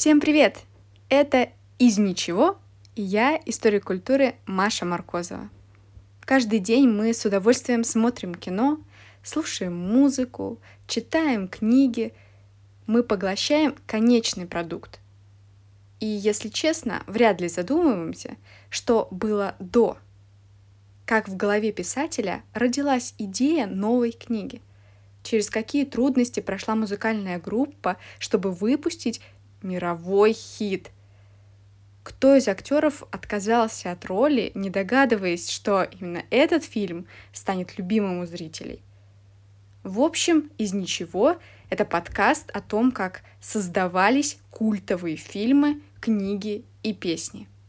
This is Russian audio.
Всем привет! Это «Из ничего» и я, историк культуры Маша Маркозова. Каждый день мы с удовольствием смотрим кино, слушаем музыку, читаем книги, мы поглощаем конечный продукт. И, если честно, вряд ли задумываемся, что было до, как в голове писателя родилась идея новой книги, через какие трудности прошла музыкальная группа, чтобы выпустить мировой хит. Кто из актеров отказался от роли, не догадываясь, что именно этот фильм станет любимым у зрителей? В общем, «Из ничего» — это подкаст о том, как создавались культовые фильмы, книги и песни.